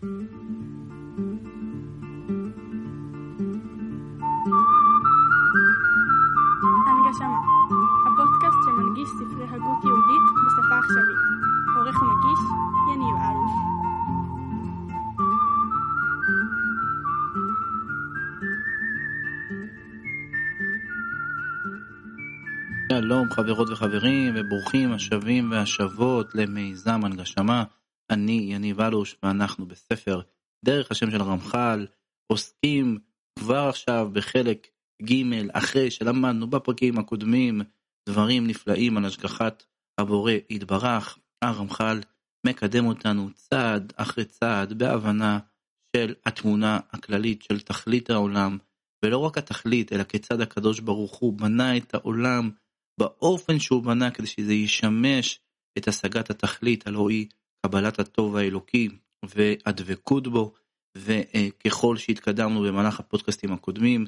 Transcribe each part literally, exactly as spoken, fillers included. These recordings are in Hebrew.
הנגשמה, הפודקאסט שמנגיש ספרי הגות יהודית בשפה עכשווית. עורך ומגיש, יניב אלוף. שלום חברות וחברים וברוכים השבים והשבות למיזם הנגשמה. אני יניב אלוש ואנחנו בספר דרך השם של הרמח"ל עוסקים כבר עכשיו בחלק ג' אחרי שלמדנו בפרקים הקודמים דברים נפלאים על השגחת הבורא יתברך. הרמח"ל מקדם אותנו צעד אחרי צעד בהבנה של התמונה הכללית של תכלית העולם, ולא רק התכלית אלא כיצד הקדוש ברוך הוא בנה את העולם באופן שהוא בנה כדי שזה ישמש את השגת התכלית, הלוא היא קבלת הטוב האלוקי והדבקות בו. וככל שהתקדמנו במהלך הפודקאסטים הקודמים,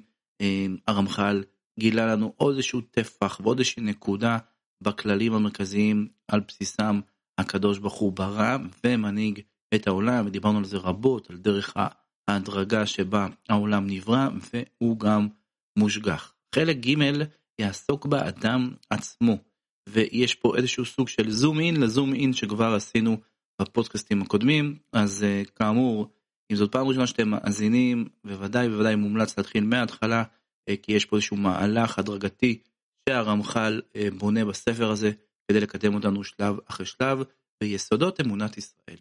הרמח"ל גילה לנו עוד איזשהו טפח ועוד איזושהי נקודה בכללים המרכזיים על בסיסם הקדוש ברוך הוא ברא ומנהיג את העולם, ודיברנו על זה רבות, על דרך ההדרגה שבה העולם נברא והוא גם מושגח. חלק ג' יעסוק באדם עצמו, ויש פה איזשהו סוג של זום אין לזום אין שכבר עשינו בפודקאסטים הקודמים. אז כאמור, אם זאת פעם ראשונה שאתם מאזינים, בוודאי בוודאי מומלץ להתחיל מההתחלה, כי יש פה איזשהו מהלך הדרגתי שהרמח"ל בונה בספר הזה כדי לקדם אותנו שלב אחרי שלב ביסודות אמונת ישראל.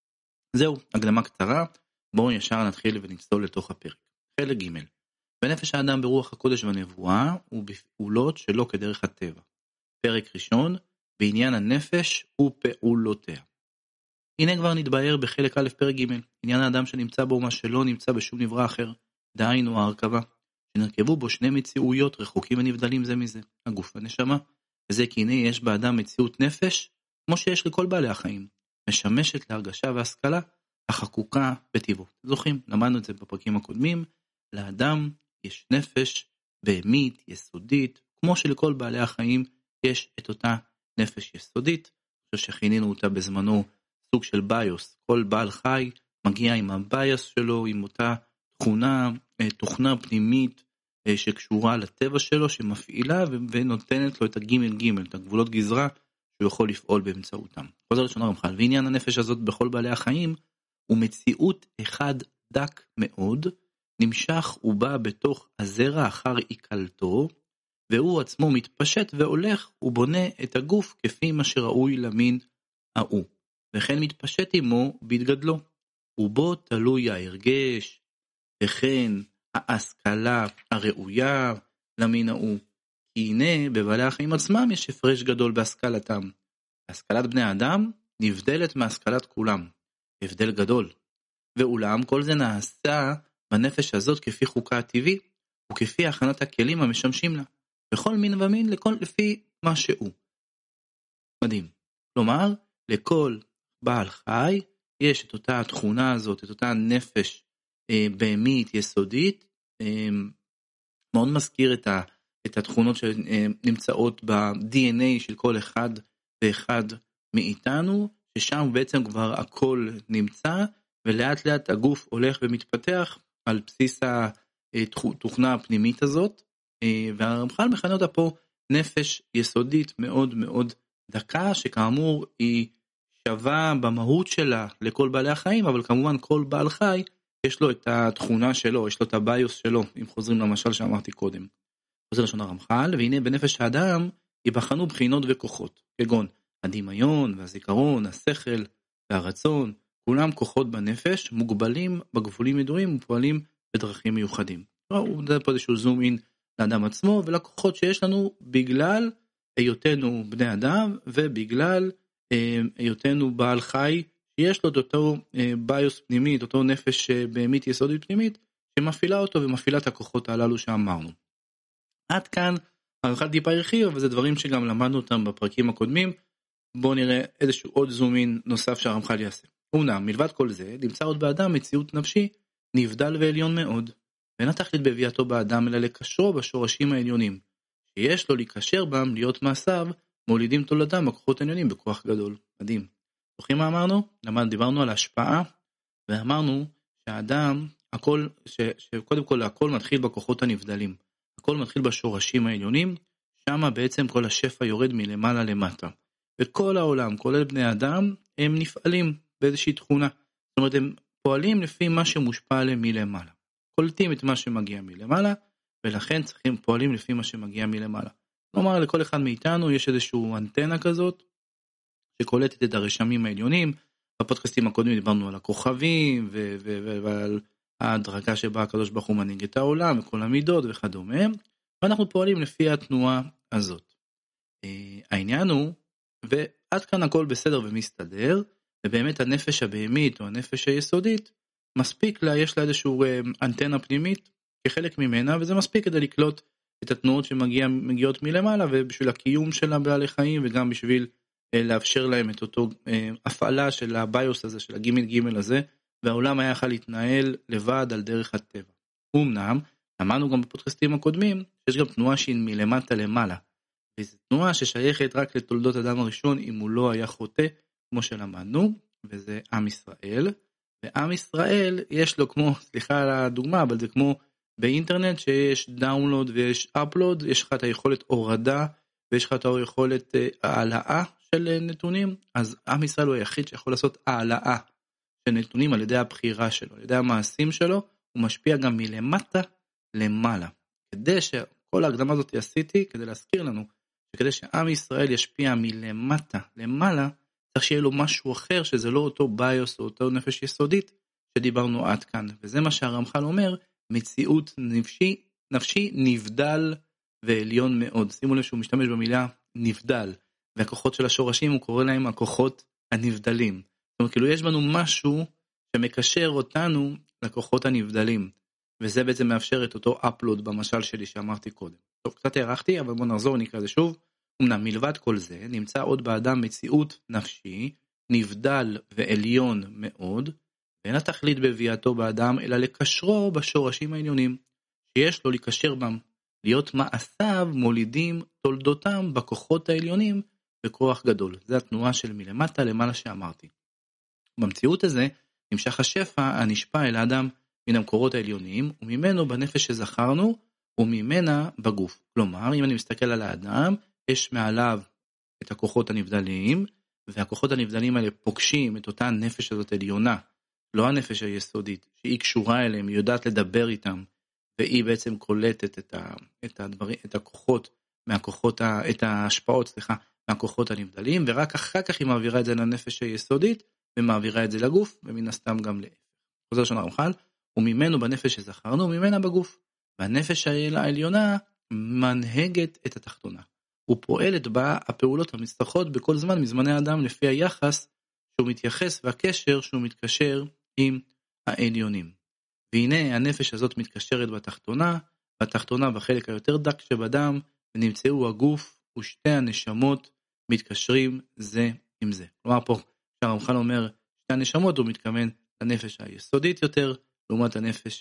זהו, הקדמה קצרה, בואו ישר נתחיל ונצלול לתוך הפרק. חלק ג' בנפש האדם ברוח הקודש והנבואה ובפעולות שלא כדרך הטבע. פרק ראשון, בעניין הנפש ופעולותיה. הנה כבר נתבהר בחלק א' פרק ג' עניין האדם שנמצא בו מה שלא נמצא בשום נברא אחר, דהיינו ההרכבה, שנרכבו בו שני מציאויות רחוקים ונבדלים זה מזה, הגוף והנשמה, וזה כי הנה יש באדם מציאות נפש, כמו שיש לכל בעלי החיים, משמשת להרגשה והשכלה, החקוקה בטבעו. זוכרים, למדנו את זה בפרקים הקודמים, לאדם יש נפש בהמית, יסודית, כמו שלכל בעלי החיים יש את אותה נפש יסודית, שכינינו אותה בזמנו סוג של ביוס. כל בעל חי מגיע עם הביוס שלו, עם אותה תכונה, תוכנה פנימית שקשורה לטבע שלו, שמפעילה ונותנת לו את הגימל גימל, את הגבולות גזרה שהוא יכול לפעול באמצעותם. חוזר ראשון הרמח"ל, ועניין הנפש הזאת בכל בעלי החיים הוא מציאות אחד דק מאוד, נמשך ובא בתוך הזרע אחר עיקלתו, והוא עצמו מתפשט והולך ובונה את הגוף כפי מה שראוי למין ההוא, וכן מתפשט עמו בהתגדלו, ובו תלוי ההרגש, וכן ההשכלה הראויה למין ההוא. כי הנה בבעלי החיים עצמם יש הפרש גדול בהשכלתם. השכלת בני האדם נבדלת מהשכלת כולם, הבדל גדול. ואולם כל זה נעשה בנפש הזאת כפי חוקה הטבעי, וכפי הכנת הכלים המשמשים לה, בכל מין ומין לכל לפי מה שהוא. מדהים. כלומר, לכל בעל חי יש את אותה התכונה הזאת, את אותה נפש אה, בהמית, יסודית, אה, מאוד מזכיר את, ה, את התכונות שנמצאות ב-די אן איי של כל אחד ואחד מאיתנו, ששם בעצם כבר הכל נמצא, ולאט לאט הגוף הולך ומתפתח על בסיס התוכנה הפנימית הזאת, והרמח"ל מכנה אותה פה נפש יסודית מאוד מאוד דקה, שכאמור היא שווה במהות שלה לכל בעלי החיים, אבל כמובן כל בעל חי יש לו את התכונה שלו, יש לו את הביוס שלו, אם חוזרים למשל שאמרתי קודם. חוזר לשון הרמח"ל, והנה בנפש האדם ייבחנו בחינות וכוחות, כגון הדמיון והזיכרון, השכל והרצון, כולם כוחות בנפש, מוגבלים בגבולים ידועים ופועלים בדרכים מיוחדים. הוא מדבר פה איזשהו זום אין לאדם עצמו ולכוחות שיש לנו בגלל היותנו בני אדם ובגלל אה, היותנו בעל חי שיש לו את אותו אה, ביוס פנימית, אותו נפש אה, בהמית יסודית פנימית שמפעילה אותו ומפעילה את הכוחות הללו שאמרנו. עד כאן הרמח"ל טיפה הרחיב, אבל זה דברים שגם למדנו אותם בפרקים הקודמים. בואו נראה איזשהו עוד זום אין נוסף שהרמח"ל יעשה. אומנם מלבד כל זה נמצא עוד באדם מציאות נפשי נבדל ועליון מאוד, ואין התכלית בביאתו באדם אלא לקשרו בשורשים העליונים, שיש לו להיקשר בם להיות מעשיו מולידים תולדם בכוחות עליונים בכוח גדול. מדהים. זוכרים מה אמרנו? למד דיברנו על ההשפעה ואמרנו שהאדם, הכל, ש, שקודם כל הכל מתחיל בכוחות הנבדלים, הכל מתחיל בשורשים העליונים, שם בעצם כל השפע יורד מלמעלה למטה. וכל העולם, כולל בני אדם, הם נפעלים באיזושהי תכונה. זאת אומרת, הם פועלים לפי מה שמושפע עליהם מלמעלה. קולטים את מה שמגיע מלמעלה, ולכן צריכים פועלים לפי מה שמגיע מלמעלה. כלומר, לכל אחד מאיתנו יש איזושהי אנטנה כזאת, שקולטת את הרשמים העליונים. בפודקאסטים הקודמים דיברנו על הכוכבים, ו- ו- ו- ועל ההדרגה שבה הקדוש ברוך הוא מנהיג את העולם, וכל המידות וכדומה, ואנחנו פועלים לפי התנועה הזאת. העניין הוא, ועד כאן הכל בסדר ומסתדר, ובאמת הנפש הבהמית או הנפש היסודית, מספיק לה, יש לה איזשהו אנטנה פנימית כחלק ממנה, וזה מספיק כדי לקלוט את התנועות שמגיעות מלמעלה, ובשביל הקיום של הבעלי חיים, וגם בשביל לאפשר להם את אותו הפעלה של הביוס הזה, של הגימל גימל הזה, והעולם היה יכול להתנהל לבד על דרך הטבע. אמנם, אמרנו גם בפודקאסטים הקודמים, שיש גם תנועה שהיא מלמטה למעלה, וזו תנועה ששייכת רק לתולדות אדם הראשון, אם הוא לא היה חוטא, כמו שלמדנו, וזה עם ישראל, ועם ישראל יש לו כמו, סליחה על הדוגמה, אבל זה כמו באינטרנט שיש דאונלוד ויש אפלוד, יש לך את היכולת הורדה, ויש לך את היכולת העלאה של נתונים, אז עם ישראל הוא היחיד שיכול לעשות העלאה של נתונים על ידי הבחירה שלו, על ידי המעשים שלו, הוא משפיע גם מלמטה למעלה. כדי שכל ההקדמה הזאת עשיתי, כדי להזכיר לנו, שכדי שעם ישראל ישפיע מלמטה למעלה, צריך שיהיה לו משהו אחר, שזה לא אותו ביוס או אותו נפש יסודית, שדיברנו עד כאן. וזה מה שהרמח"ל אומר, מציאות נפשי, נפשי נבדל ועליון מאוד. שימו לב שהוא משתמש במילה נבדל, והכוחות של השורשים הוא קורא להם הכוחות הנבדלים. זאת אומרת, כאילו יש בנו משהו שמקשר אותנו לכוחות הנבדלים, וזה בעצם מאפשר את אותו אפלוד במשל שלי שאמרתי קודם. טוב, קצת הערכתי, אבל בוא נחזור ונקרא זה שוב. אמנם מלבד כל זה, נמצא עוד באדם מציאות נפשי, נבדל ועליון מאוד, ואין התכלית בביאתו באדם, אלא לקשרו בשורשים העליונים, שיש לו לקשר בם, להיות מעשיו מולידים תולדותם בכוחות העליונים בכוח גדול. זה התנועה של מלמטה למעלה שאמרתי. במציאות הזה נמשך השפע הנשפע אל האדם מן המקורות העליוניים, וממנו בנפש שזכרנו, וממנה בגוף. כלומר, אם אני מסתכל על האדם, יש מעליו את הכוחות הנבדלים, והכוחות הנבדלים האלה פוגשים את אותה נפש הזאת עליונה, לא הנפש היסודית, שהיא קשורה אליהם, היא יודעת לדבר איתם, והיא בעצם קולטת את, ה, את, הדברים, את הכוחות, מהכוחות, ה, את ההשפעות, סליחה, מהכוחות הנבדלים, ורק אחר כך היא מעבירה את זה לנפש היסודית, ומעבירה את זה לגוף, ומן הסתם גם להפך. חוזר שונה רמח"ל, וממנו בנפש שזכרנו, וממנה בגוף. והנפש העליונה מנהגת את התחתונה. ופועלת בה הפעולות המשתכחות בכל זמן מזמני האדם לפי היחס שהוא מתייחס והקשר שהוא מתקשר עם העליונים. והנה הנפש הזאת מתקשרת בתחתונה, בתחתונה בחלק היותר דק שבדם, ונמצאו הגוף ושתי הנשמות מתקשרים זה עם זה. כלומר פה כשהרמח"ל אומר שתי הנשמות, הוא מתכוון לנפש היסודית יותר, לעומת הנפש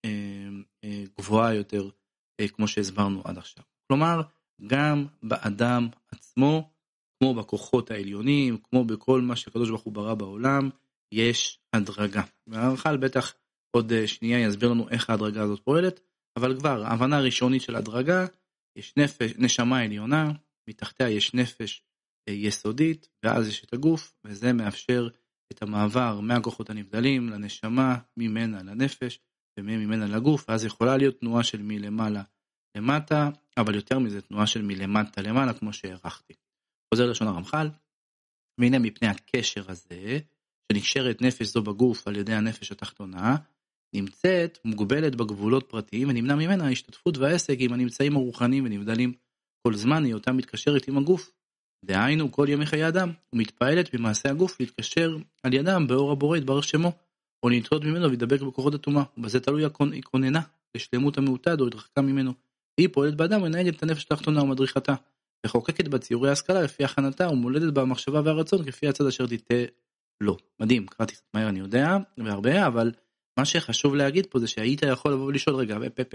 הגבוהה יותר, כמו שהסברנו עד עכשיו. כלומר, גם באדם עצמו, כמו בכוחות העליונים, כמו בכל מה שהקדוש ברוך הוא ברא בעולם, יש הדרגה. והרמח"ל בטח עוד שנייה יסביר לנו איך ההדרגה הזאת פועלת, אבל כבר, ההבנה הראשונית של הדרגה, יש נפש, נשמה עליונה, מתחתיה יש נפש יסודית, ואז יש את הגוף, וזה מאפשר את המעבר מהכוחות הנבדלים לנשמה, ממנה לנפש, וממנה לגוף, ואז יכולה להיות תנועה של מלמעלה למטה, אבל יותר מזה תנועה של מלמטה למעלה, כמו שהערכתי. חוזר לשון הרמח"ל, והנה מפני הקשר הזה, שנקשרת נפש זו בגוף על ידי הנפש התחתונה, נמצאת מוגבלת בגבולות פרטיים, ונמנע ממנה ההשתתפות והעסק עם הנמצאים הרוחניים ונבדלים כל זמן היא אותה מתקשרת עם הגוף. דהיינו כל ימי חיי אדם, ומתפעלת במעשה הגוף להתקשר על ידם באור הבורא יתברך שמו, או להתרות ממנו ולהידבק בכוחות הטומאה, ובזה תלוי הכוננה לשלמות המעוטד או התרחקה ממנו. היא פועלת באדם ונהגת את הנפש התחתונה ומדריכתה, וחוקקת בציורי ההשכלה לפי הכנתה, ומולדת בה המחשבה והרצון כפי הצד אשר תיתה לו. מדהים, קראתי קצת מהר אני יודע, והרבה, אבל מה שחשוב להגיד פה זה שהיית יכול לבוא ולשאול רגע,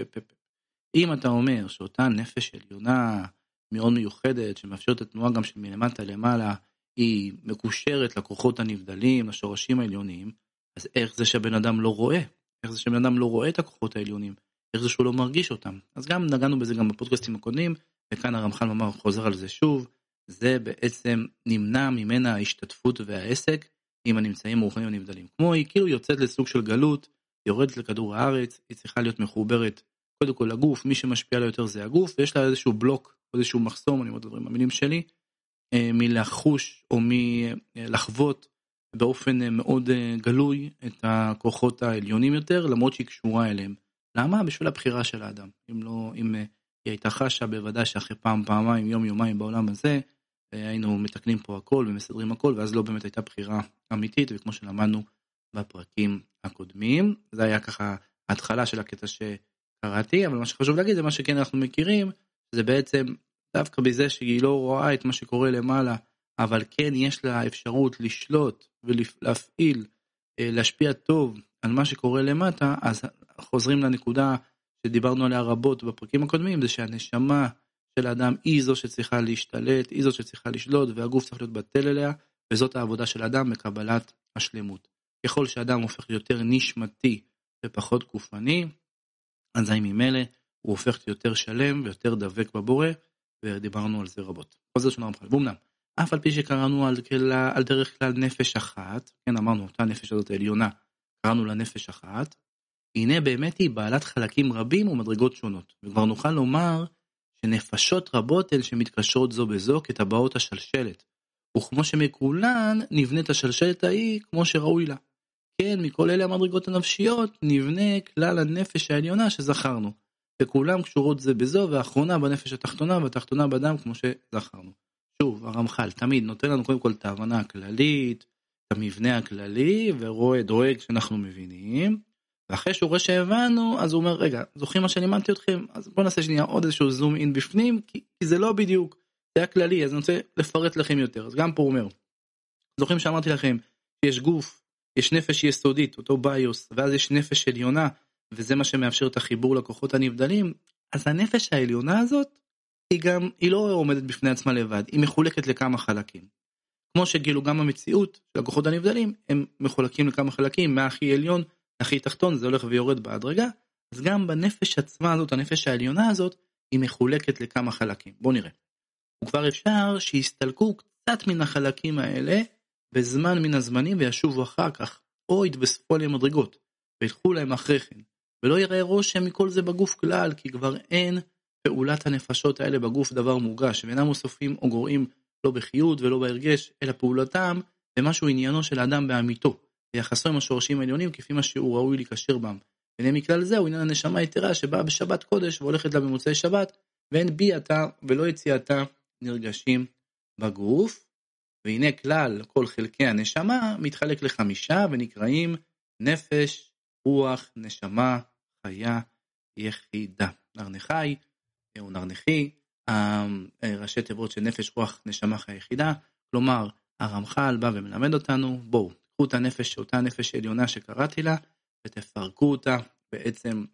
אם אתה אומר שאותה נפש עליונה מאוד מיוחדת, שמאפשרת את התנועה גם של מלמטה למעלה, היא מקושרת לכוחות הנבדלים, לשורשים העליוניים, אז איך זה שהבן אדם לא רואה? איך זה שהבן אדם לא רואה את הכוחות העליונים? איך זה שהוא לא מרגיש אותם? אז גם נגענו בזה גם בפודקאסטים הקודמים, וכאן הרמח"ל ממש חוזר על זה שוב, זה בעצם נמנע ממנה ההשתתפות והעסק עם הנמצאים הרוחניים הנבדלים. כמו היא כאילו יוצאת לסוג של גלות, יורדת לכדור הארץ, היא צריכה להיות מחוברת קודם כל לגוף, מי שמשפיע לה יותר זה הגוף, ויש לה איזשהו בלוק, איזשהו מחסום, אני אומר את הדברים במילים שלי, מלחוש או מלחוות באופן מאוד גלוי את הכוחות העליונים יותר, למרות שהיא קשורה אליהם. למה? בשביל הבחירה של האדם. אם לא, אם היא הייתה חשה בוודאי שאחרי פעם, פעמיים, יום, יומיים בעולם הזה, היינו מתקנים פה הכל ומסדרים הכל, ואז לא באמת הייתה בחירה אמיתית, וכמו שלמדנו בפרקים הקודמים. זה היה ככה ההתחלה של הקטע שקראתי, אבל מה שחשוב להגיד זה מה שכן אנחנו מכירים, זה בעצם דווקא בזה שהיא לא רואה את מה שקורה למעלה, אבל כן יש לה אפשרות לשלוט ולהפעיל, להשפיע טוב על מה שקורה למטה, אז חוזרים לנקודה שדיברנו עליה רבות בפרקים הקודמים, זה שהנשמה של האדם היא זו שצריכה להשתלט, היא זו שצריכה לשלוט, והגוף צריך להיות בטל אליה, וזאת העבודה של האדם בקבלת השלמות. ככל שהאדם הופך יותר נשמתי ופחות גופני, אז האם ממילא הוא הופך יותר שלם ויותר דבק בבורא, ודיברנו על זה רבות. חוזר של הרמח"ל. ואומנם, אף על פי שקראנו על, על דרך כלל נפש אחת, כן אמרנו אותה נפש הזאת העליונה, קראנו לה נפש אחת, הנה באמת היא בעלת חלקים רבים ומדרגות שונות, וכבר נוכל לומר שנפשות רבות הן שמתקשרות זו בזו כטבעות השלשלת, וכמו שמכולן נבנית השלשלת ההיא כמו שראוי לה. כן, מכל אלה המדרגות הנפשיות נבנה כלל הנפש העליונה שזכרנו, וכולם קשורות זה בזו, והאחרונה בנפש התחתונה והתחתונה באדם כמו שזכרנו. שוב, הרמח"ל תמיד נותן לנו קודם כל את ההבנה הכללית, את המבנה הכללי, ורואה דואג שאנחנו מבינים, ואחרי שהוא רואה שהבנו, אז הוא אומר, רגע, זוכרים מה שאני אמרתי אתכם? אז בואו נעשה שנייה עוד איזשהו זום אין בפנים, כי, כי זה לא בדיוק, זה היה כללי, אז אני רוצה לפרט לכם יותר. אז גם פה הוא אומר, זוכרים שאמרתי לכם, יש גוף, יש נפש יסודית, אותו ביוס, ואז יש נפש עליונה, וזה מה שמאפשר את החיבור לכוחות הנבדלים, אז הנפש העליונה הזאת, היא גם, היא לא עומדת בפני עצמה לבד, היא מחולקת לכמה חלקים. כמו שגילו גם המציאות של הכוחות הנבדלים, הם מחולקים לכמה חלקים, מהכי עליון, הכי תחתון, זה הולך ויורד בהדרגה, אז גם בנפש עצמה הזאת, הנפש העליונה הזאת, היא מחולקת לכמה חלקים. בואו נראה. וכבר אפשר שיסתלקו קצת מן החלקים האלה, בזמן מן הזמנים, וישובו אחר כך, או יתווספו עליהם מדרגות, וילכו להם אחרי כן, ולא יראה רושם מכל זה בגוף כלל, כי כבר אין פעולת הנפשות האלה בגוף דבר מורגש, ואינם מוספים או גורעים לא בחיות ולא בהרגש, אלא פעולתם במשהו עניינו של האדם באמיתו, ויחסו עם השורשים העליונים כפי מה שהוא ראוי להיקשר בם. והנה מכלל זה הוא עניין הנשמה היתרה שבאה בשבת קודש והולכת לה במוצאי שבת, ואין ביאתה ולא יציאתה נרגשים בגוף. והנה כלל כל חלקי הנשמה מתחלק לחמישה ונקראים נפש, רוח, נשמה, חיה, יחידה. נרנחי או נרנחי, ראשי תיבות של נפש, רוח, נשמה, חיה, יחידה. כלומר, הרמח"ל בא ומלמד אותנו, בואו, תקחו את הנפש, אותה נפש עליונה שקראתי לה, ותפרקו אותה בעצם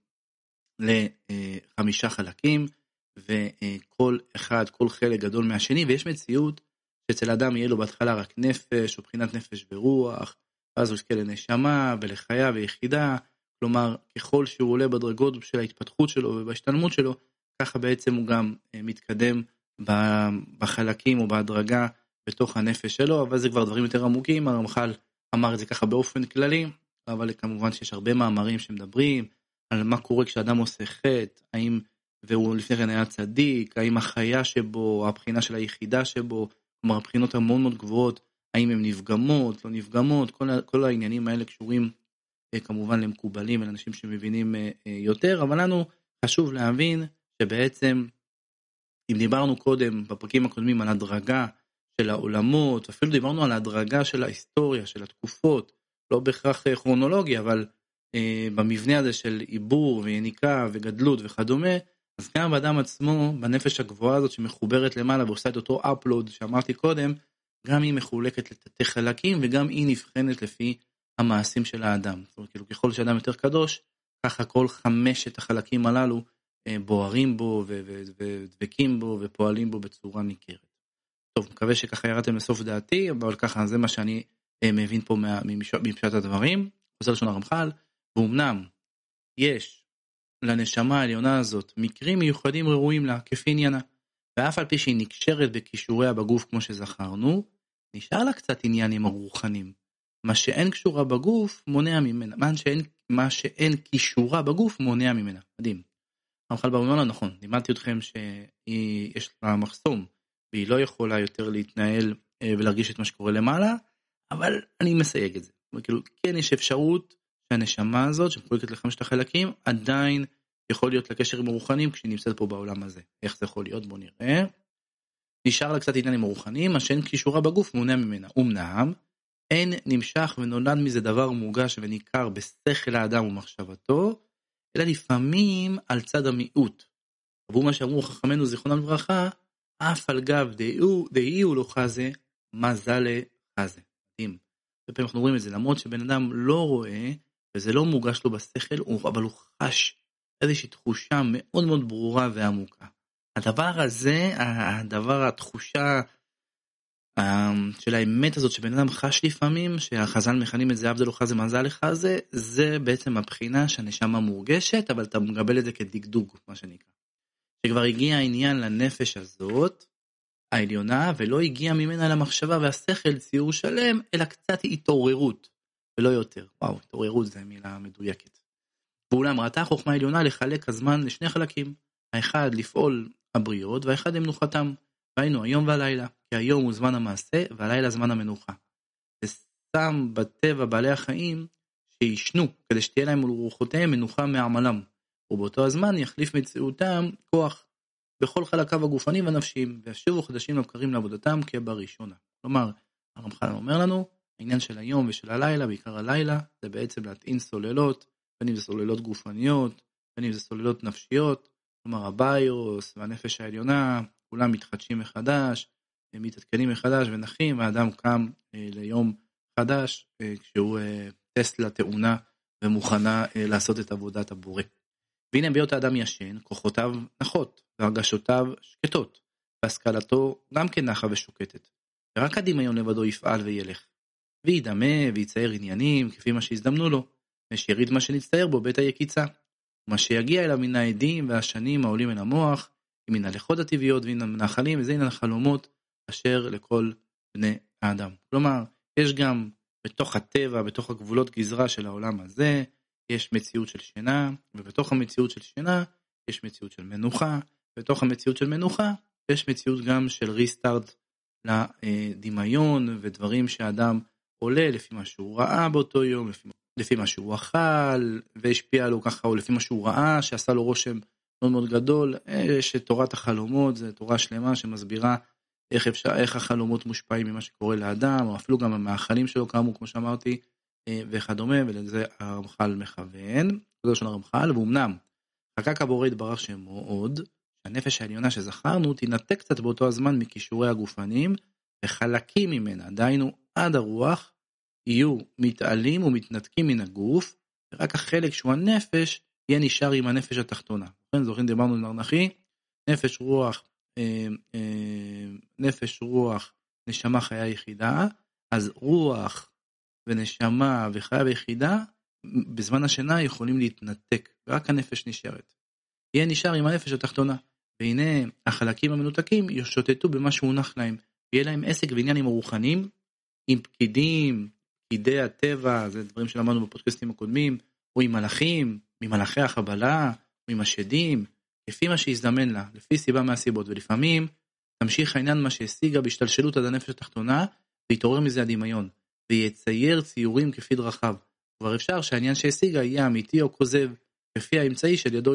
לחמישה חלקים, וכל אחד, כל חלק גדול מהשני, ויש מציאות שאצל האדם יהיה לו בהתחלה רק נפש, או בחינת נפש ורוח, ואז הוא יזכה לנשמה ולחיה ויחידה, כלומר, ככל שהוא עולה בדרגות של ההתפתחות שלו ובהשתלמות שלו, ככה בעצם הוא גם מתקדם בחלקים או בהדרגה בתוך הנפש שלו, אבל זה כבר דברים יותר עמוקים, הרמח"ל אמר את זה ככה באופן כללי, אבל כמובן שיש הרבה מאמרים שמדברים על מה קורה כשאדם עושה חטא, האם, והוא לפני כן היה צדיק, האם החיה שבו, הבחינה של היחידה שבו, כלומר הבחינות המאוד מאוד גבוהות, האם הן נפגמות, לא נפגמות, כל, כל העניינים האלה קשורים כמובן למקובלים, לאנשים שמבינים יותר, אבל לנו חשוב להבין שבעצם, אם דיברנו קודם, בפרקים הקודמים, על הדרגה של העולמות, אפילו דיברנו על הדרגה של ההיסטוריה, של התקופות, לא בהכרח כרונולוגיה, אבל אה, במבנה הזה של עיבור ויניקה וגדלות וכדומה, אז גם באדם עצמו, בנפש הגבוהה הזאת שמחוברת למעלה, ועושה את אותו אפלוד שאמרתי קודם, גם היא מחולקת לתתי חלקים, וגם היא נבחנת לפי המעשים של האדם. זאת אומרת, כאילו, ככל שאדם יותר קדוש, ככה כל חמשת החלקים הללו, בוערים בו ודבקים בו ופועלים בו בצורה ניכרת. טוב, מקווה שככה ירדתם לסוף דעתי, אבל ככה זה מה שאני מבין פה מפשט הדברים. חוזר לשון הרמח"ל, ואומנם יש לנשמה העליונה הזאת מקרים מיוחדים ראויים לה כפי עניינה, ואף על פי שהיא נקשרת בכישוריה בגוף כמו שזכרנו, נשאר לה קצת עניינים הרוחנים. מה שאין קשורה בגוף מונע ממנה, מה שאין, מה שאין קישורה בגוף מונע ממנה. מדהים. הרמח"ל בא ואומר לה, נכון, לימדתי אתכם שיש לה מחסום, והיא לא יכולה יותר להתנהל ולהרגיש את מה שקורה למעלה, אבל אני מסייג את זה. כאילו, כן יש אפשרות שהנשמה הזאת, שמחולקת לחמשת החלקים, עדיין יכול להיות לקשר עם הרוחנים, כשהיא נמצאת פה בעולם הזה. איך זה יכול להיות? בואו נראה. נשאר לה קצת עניין עם הרוחנים, מה שאין קישורה בגוף מונע ממנה. אומנם, אין נמשך ונולד מזה דבר מורגש וניכר בשכל האדם ומחשבתו, אלא לפעמים על צד המיעוט. עבור מה שאמרו חכמינו זיכרונם לברכה, אף על גב דאי הוא לא חזה, מזל חזה. בפעמים אנחנו רואים את זה, למרות שבן אדם לא רואה, וזה לא מורגש לו בשכל, אבל הוא חש איזושהי תחושה מאוד מאוד ברורה ועמוקה. הדבר הזה, הדבר, התחושה של האמת הזאת שבן אדם חש לפעמים, שהחז"ל מכנים את זה עבד לא חזה מזל חזה, זה בעצם הבחינה שהנשמה מורגשת, אבל אתה מקבל את זה כדגדוג, מה שנקרא. שכבר הגיע העניין לנפש הזאת, העליונה, ולא הגיע ממנה למחשבה והשכל ציור שלם, אלא קצת התעוררות, ולא יותר. וואו, התעוררות זה מילה מדויקת. ואולם ראתה החוכמה העליונה לחלק הזמן לשני חלקים, האחד לפעול הבריות, והאחד למנוחתם, והיינו היום והלילה, כי היום הוא זמן המעשה, והלילה זמן המנוחה. ושם בטבע בעלי החיים שישנו, כדי שתהיה להם ולרוחותיהם מנוחה מעמלם, ובאותו הזמן יחליף מציאותם כוח, בכל חלקיו הגופניים והנפשיים, וישובו חדשים לבקרים לעבודתם כבראשונה. כלומר, הרמח"ל אומר לנו, העניין של היום ושל הלילה, בעיקר הלילה, זה בעצם להטעין סוללות, בין אם זה סוללות גופניות, בין אם זה סוללות נפשיות, כלומר הביוס והנפש העליונה, כולם מתחדשים מחדש, מתעדכנים מחדש ונחים, והאדם קם אה, ליום חדש, אה, כשהוא אה, טסלה טעונה ומוכנה אה, לעשות את עבודת הבורא. והנה ביות האדם ישן, כוחותיו נחות, והרגשותיו שקטות, והשכלתו גם כן נחה ושוקטת. ורק הדמיון לבדו יפעל וילך. וידמה ויצייר עניינים כפי מה שהזדמנו לו, ושיריד מה שנצטייר בו בית היקיצה. ומה שיגיע אליו מן העדים והשנים העולים אל המוח, מן הלכות הטבעיות ומן הנחלים, וזה מן החלומות אשר לכל בני האדם. כלומר, יש גם בתוך הטבע, בתוך הגבולות גזרה של העולם הזה, יש מציאות של שינה, ובתוך המציאות של שינה יש מציאות של מנוחה, בתוך המציאות של מנוחה יש מציאות גם של ריסטארט לדמיון, ודברים שאדם עולה לפי מה שהוא ראה באותו יום, לפי, לפי מה שהוא אכל, והשפיע לו ככה, או לפי מה שהוא ראה, שעשה לו רושם מאוד מאוד גדול. יש תורת החלומות, זו תורה שלמה שמסבירה איך, אפשר, איך החלומות מושפעים ממה שקורה לאדם, או אפילו גם המאכלים שלו כאמור, כמו שאמרתי, וכדומה, ולזה הרמח"ל מכוון, זה לשון הרמח"ל, ואומנם חקק הבורא יתברך שמו עוד, שהנפש העליונה שזכרנו תינתק קצת באותו הזמן מכישורי הגופנים, וחלקים ממנה, דהיינו עד הרוח, יהיו מתעלים ומתנתקים מן הגוף, ורק החלק שהוא הנפש, יהיה נשאר עם הנפש התחתונה. זוכרים, דיברנו על נרנחי, נפש רוח, אה, אה, נפש רוח, נשמה חיה יחידה, אז רוח ונשמה וחיה ביחידה, בזמן השינה יכולים להתנתק, ורק הנפש נשארת. יהיה נשאר עם הנפש התחתונה, והנה החלקים המנותקים ישוטטו במה שהונח להם, יהיה להם עסק ועניין עם הרוחנים, עם פקידים, פקידי הטבע, זה דברים שלמדנו בפודקאסטים הקודמים, או עם מלאכים, ממלאכי החבלה, או עם השדים, לפי מה שהזדמן לה, לפי סיבה מהסיבות, ולפעמים תמשיך העניין מה שהשיגה בהשתלשלות עד הנפש התחתונה, ויתעורר מזה הדמיון, ויצייר ציורים כפי דרכיו. כבר אפשר שהעניין שהשיגה יהיה אמיתי או כוזב, כפי האמצעי של ידו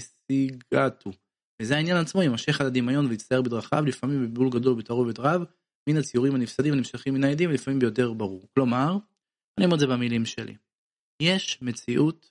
השיגתו. וזה העניין עצמו, ימשך עד הדמיון ויצטייר בדרכיו, לפעמים בבלבול גדול ובתערובת רב, מן הציורים הנפסדים הנמשכים מן העדים, ולפעמים ביותר ברור. כלומר, אני אומר את זה במילים שלי. יש מציאות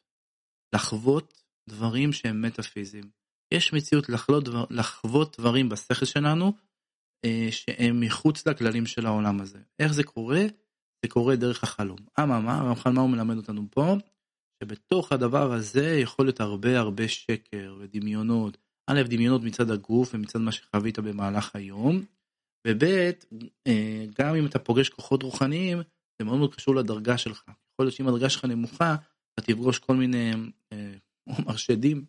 לחוות דברים שהם מטאפיזיים. יש מציאות לחוות, דבר, לחוות דברים בשכל שלנו, אה, שהם מחוץ לכללים של העולם הזה. איך זה קורה? זה קורה דרך החלום. אממה, הרמח"ל מה הוא מלמד אותנו פה? שבתוך הדבר הזה יכול להיות הרבה הרבה שקר ודמיונות. א', דמיונות מצד הגוף ומצד מה שחווית במהלך היום, וב', גם אם אתה פוגש כוחות רוחניים, זה מאוד מאוד קשור לדרגה שלך. יכול להיות שאם הדרגה שלך נמוכה, אתה תפגוש כל מיני מרשדים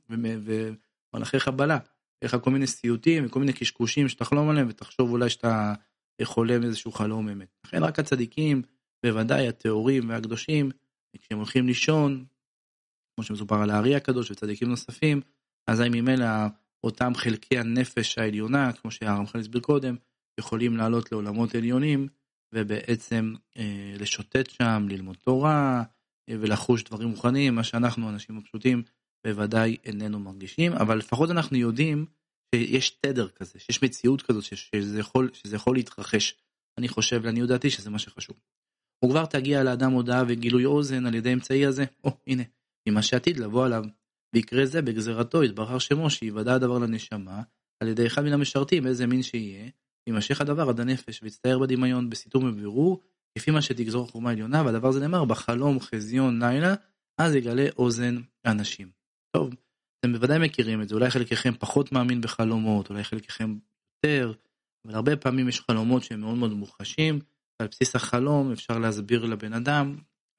ומלאכי חבלה, יש לך כל מיני סיוטים וכל מיני קשקושים שתחלום עליהם, ותחשוב אולי שאתה חולם איזשהו חלום אמת. לכן רק הצדיקים, בוודאי התיאורים והקדושים, כשהם הולכים לישון, כמו שמסופר על הארי הקדוש וצדיקים נוספים, אז הם ממילא אותם חלקי הנפש העליונה, כמו שהרמח"ל הסביר קודם, יכולים לעלות לעולמות עליונים, ובעצם אה, לשוטט שם, ללמוד תורה, אה, ולחוש דברים מוכנים, מה שאנחנו, אנשים הפשוטים, בוודאי איננו מרגישים, אבל לפחות אנחנו יודעים שיש תדר כזה, שיש מציאות כזאת, שזה יכול, שזה יכול להתרחש. אני חושב, ואני יודעתי שזה מה שחשוב. וכבר תגיע לאדם הודעה וגילוי אוזן על ידי אמצעי הזה, או, הנה, ממה שעתיד לבוא עליו, ויקרה זה בגזרתו, יתברך שמו, שיוודע הדבר לנשמה, על ידי אחד מן המשרתים, איזה מין שיהיה, יימשך הדבר עד הנפש, ויצטער בדמיון, בסיתום ובירור, לפי מה שתגזור חוכמה עליונה, והדבר זה נאמר, בחלום חזיון לילה, אז יגלה אוזן אנשים. טוב, אתם בוודאי מכירים את זה, אולי חלקכם פחות מאמין בחלומות, אולי חלקכם יותר, אבל הרבה פעמים יש חלומות שהם מאוד מאוד מוחשים, ועל בסיס החלום אפשר להסביר לבן אדם,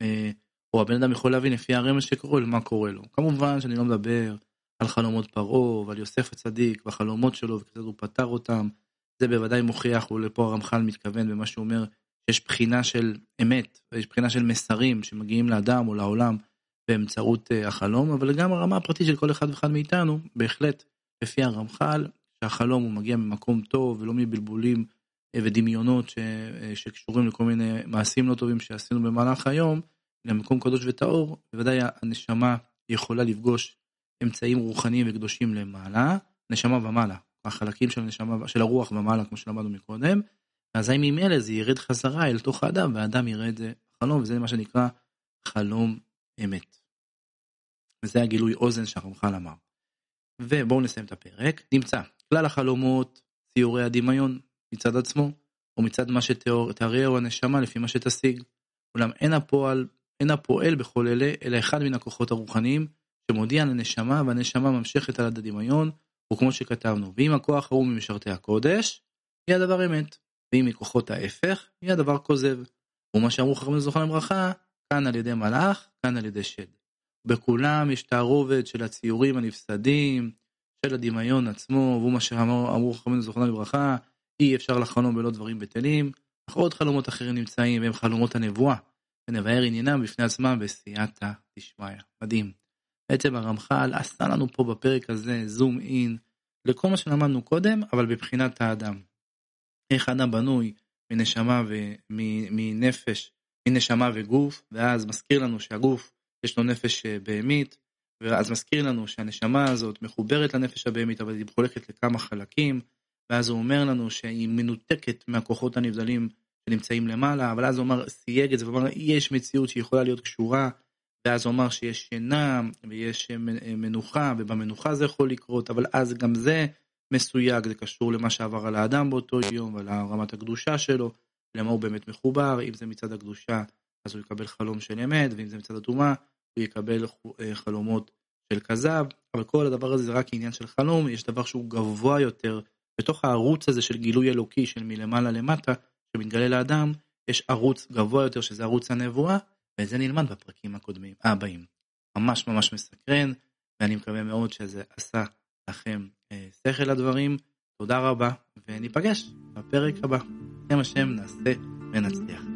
או הבן אדם יכול להבין לפי הרמז שקורה, מה קורה לו. כמובן שאני לא מדבר על חלומות פרעה, ועל יוסף הצדיק, והחלומות שלו, וכיצד הוא פתר אותם, זה בוודאי מוכיח, ולפה הרמח"ל מתכוון במה שהוא אומר, שיש בחינה של אמת, ויש בחינה של מסרים שמגיעים לאדם או לעולם, באמצעות החלום, אבל גם הרמה הפרטית של כל אחד ואחד מאיתנו, בהחלט לפי הרמח"ל, שהחלום הוא מגיע ממקום טוב, ולא מבלבולים ודמיונות ש, שקשורים לכל מיני מעשים לא טובים שעשינו במהלך היום, למקום קדוש וטהור, בוודאי הנשמה יכולה לפגוש אמצעים רוחניים וקדושים למעלה, נשמה ומעלה, החלקים של הנשמה, של הרוח ומעלה, כמו שלמדנו מקודם, אז האם ממילא זה ירד חזרה אל תוך האדם, והאדם יראה את זה חלום, וזה מה שנקרא חלום אמת. וזה הגילוי אוזן שהרמח"ל אמר. ובואו נסיים את הפרק. נמצא כלל החלומות, ציורי הדמיון מצד עצמו, או מצד מה שתארהו הנשמה לפי מה שתשיג. אולם אין הפועל, אין הפועל בכל אלה, אלא אחד מן הכוחות הרוחניים, שמודיע לנשמה, והנשמה ממשיכת על יד הדמיון, וכמו שכתבנו, ואם הכוח הוא ממשרתי הקודש, היא הדבר אמת. ואם מכוחות ההפך, היא הדבר כוזב. ומה שאמרו חכמים זכרם לברכה, כאן על ידי מלאך, כאן על ידי שד. בכולם יש תערובת של הציורים הנפסדים, של הדמיון עצמו, ומה שאמרו חכמים זכרם לברכה, אי אפשר לחלום בלא דברים בטלים, אך עוד חלומות אחרים נמצאים, והם חלומות הנבואה, ונבאר עניינם בפני עצמם בסייעתא דשמיא. מדהים. בעצם הרמח"ל עשה לנו פה בפרק הזה זום אין, לכל מה שלמדנו קודם, אבל בבחינת האדם. איך האדם בנוי מנשמה ומנפש, מנשמה וגוף, ואז מזכיר לנו שהגוף יש לו נפש בהמית, ואז מזכיר לנו שהנשמה הזאת מחוברת לנפש הבהמית, אבל היא מחולקת לכמה חלקים, ואז הוא אומר לנו שהיא מנותקת מהכוחות הנבדלים שנמצאים למעלה, אבל אז הוא אומר, סייג את זה, ואומר, יש מציאות שיכולה להיות קשורה, ואז הוא אומר שיש שינה, ויש מנוחה, ובמנוחה זה יכול לקרות, אבל אז גם זה מסויג, זה קשור למה שעבר על האדם באותו יום, ועל רמת הקדושה שלו, למה הוא באמת מחובר, אם זה מצד הקדושה, אז הוא יקבל חלום של אמת, ואם זה מצד הטומאה, הוא יקבל חלומות של כזב, אבל כל הדבר הזה זה רק עניין של חלום, יש דבר שהוא גבוה יותר, בתוך הערוץ הזה של גילוי אלוקי, של מלמעלה למטה, שמתגלה לאדם, יש ערוץ גבוה יותר, שזה ערוץ הנבואה, ואת זה נלמד בפרקים הקודמים, הבאים. ממש ממש מסקרן, ואני מקווה מאוד שזה עשה לכם שכל לדברים. תודה רבה, וניפגש בפרק הבא. עם השם נעשה ונצליח.